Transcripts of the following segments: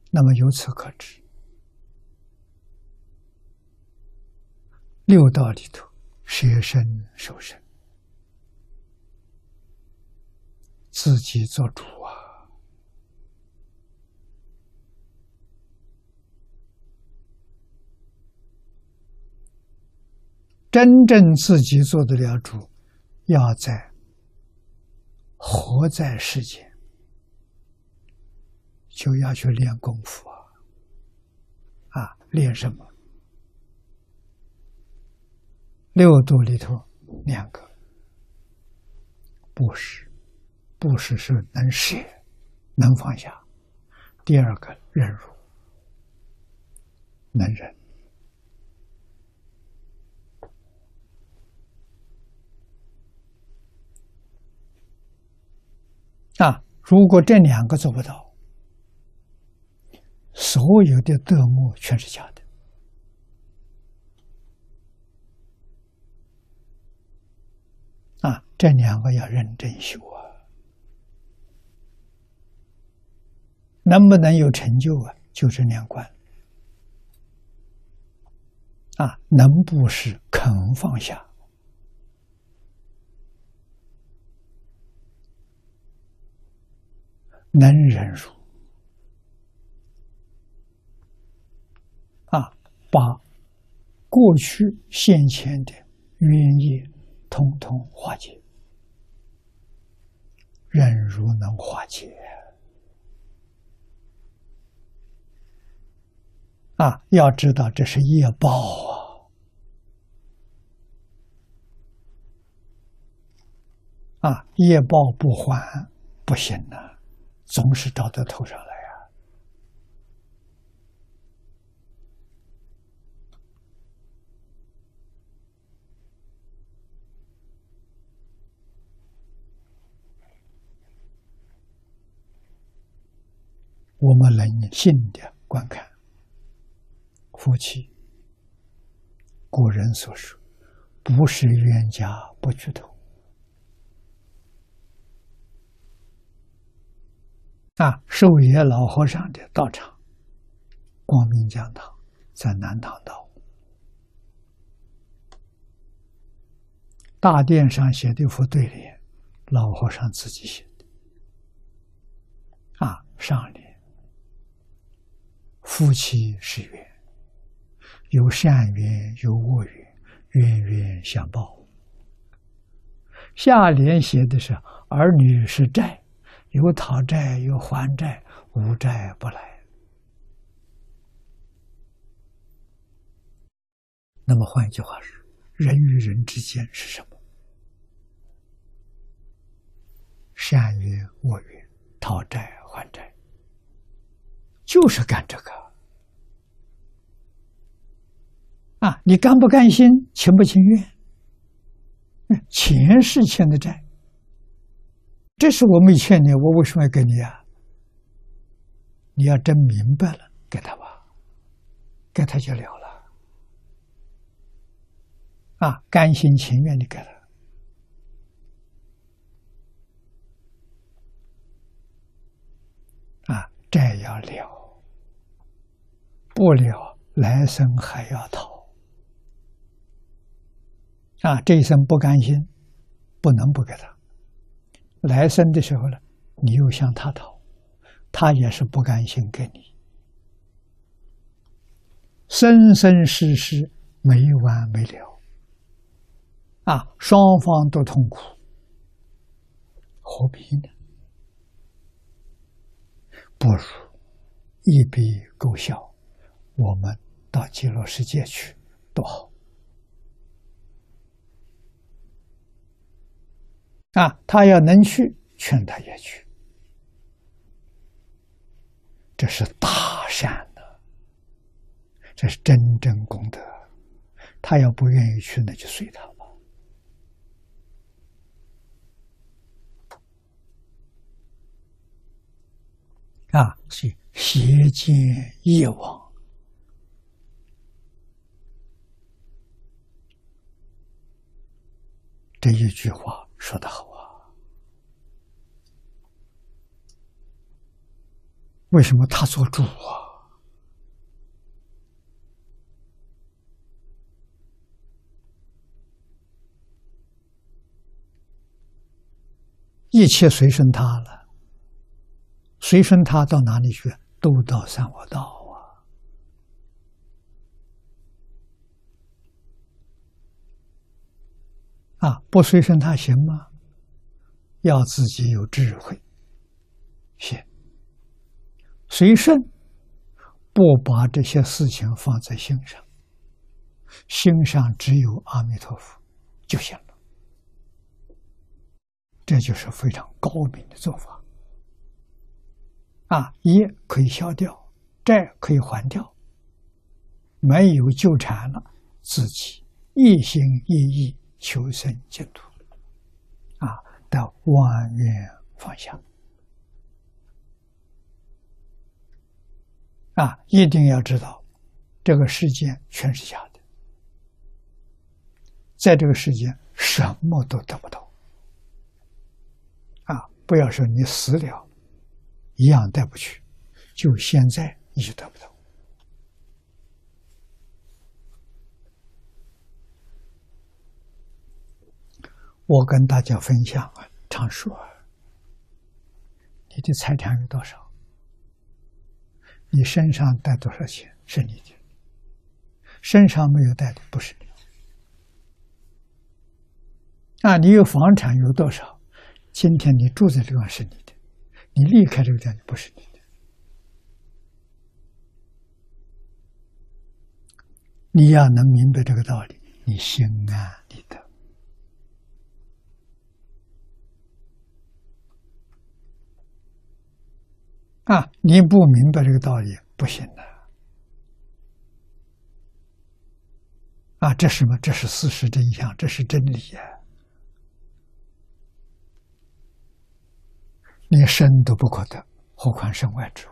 那么由此可知，六道里头，舍身受身，自己做主啊！真正自己做得了主，要活在世间，就要去练功夫练什么？六度里头两个，布施，布施是能舍，能放下；第二个忍辱，能忍。如果这两个做不到，所有的德目全是假的。这两个要认真修能不能有成就就这两关能布施，肯放下，能忍辱把过去现前的冤业统统化解，忍辱能化解要知道这是业报业报不还不行总是找到头上来我们人性的观看，夫妻，古人所说，不是冤家不聚头寿野老和尚的道场，光明讲堂在南塘道，大殿上写的一副对联，老和尚自己写的上联：夫妻是缘，有善缘有恶缘，冤冤相报。下联写的是儿女是债，有讨债有还债，无债不来。那么换一句话是，人与人之间是什么？善缘恶缘，讨债还债，就是干这个你甘不甘心，情不情愿？钱是欠的债，这是我没欠你，我为什么要给你你要真明白了，给他吧，给他就了了甘心情愿的给他债要了，不了来生还要讨这一生不甘心，不能不给他。来生的时候呢，你又向他讨，他也是不甘心给你，生生世世没完没了双方都痛苦，何必呢？不如一笔勾销，我们到极乐世界去多好他要能去，劝他也去，这是大善这是真正功德。他要不愿意去，那就随他吧是邪见业往，这一句话说得好为什么他做主啊？一切随顺他了，随顺他到哪里去？都到三恶道啊！不随顺他行吗？要自己有智慧，行。随顺，不把这些事情放在心上，心上只有阿弥陀佛就行了。这就是非常高明的做法。业可以消掉，债可以还掉，没有纠缠了，自己一心一意求生净土，到万缘放下。一定要知道，这个世界全是假的，在这个世界什么都得不到。不要说你死了，一样带不去，就现在你就得不到。我跟大家分享常说，你的财产有多少，你身上带多少钱是你的，身上没有带的不是你。你有房产有多少，今天你住在这个地方是你的，你离开这个地方不是你的。你要能明白这个道理，你心安理得。你不明白这个道理不行的。这是什么？这是事实真相，这是真理啊！连身都不可得，何况身外之物？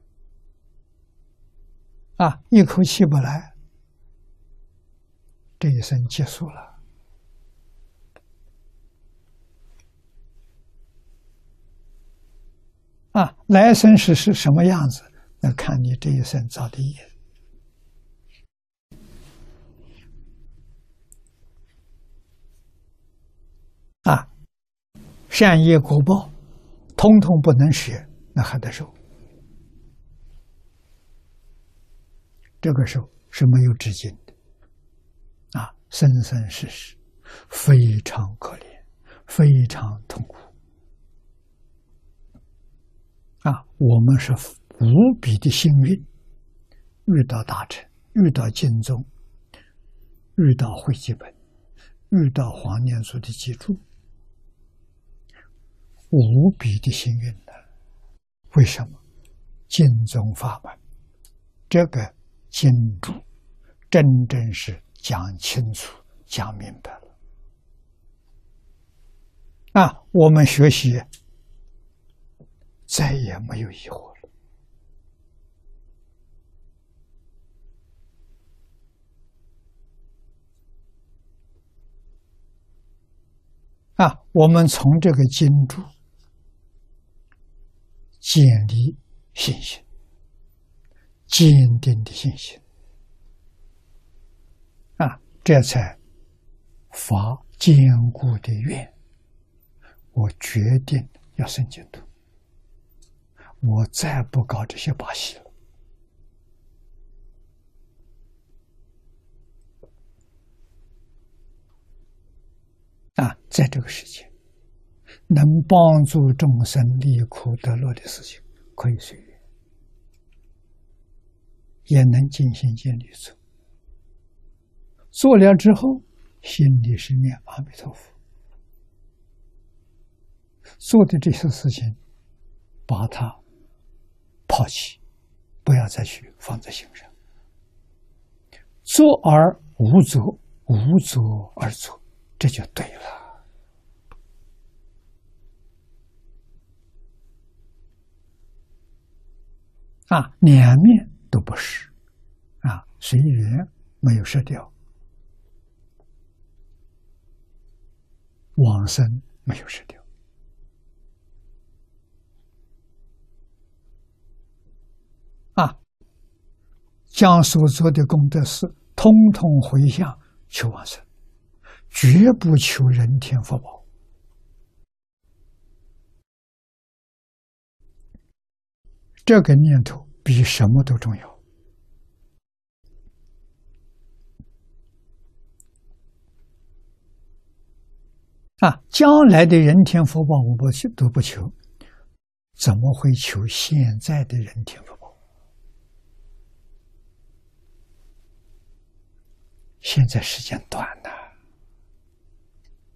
一口气不来，这一生结束了。来生是什么样子？那看你这一生造的业。善业果报，通通不能舍，那还得受。这个时候是没有止境的，生生世世非常可怜，非常痛苦。我们是无比的幸运，遇到大乘，遇到经宗，遇到慧基本，遇到黄念祖的记注，无比的幸运的。为什么？经宗法门这个经注真正是讲清楚讲明白了，我们学习再也没有疑惑了。我们从这个经注建立信心，坚定的信心，这才发坚固的愿。我决定要生净土，我再不搞这些把戏了。在这个世界，能帮助众生离苦得乐的事情，可以随缘，也能尽心尽力做。做了之后，心里是念阿弥陀佛。做的这些事情，把它抛弃，不要再去放在心上。做而无作，无作而作，这就对了。两面都不是，随缘没有失掉，往生没有失掉。 将所做的功德事，通通回向求往生，绝不求人天福报。这个念头比什么都重要。将来的人天福报我都不求，怎么会求现在的人天福报？现在时间短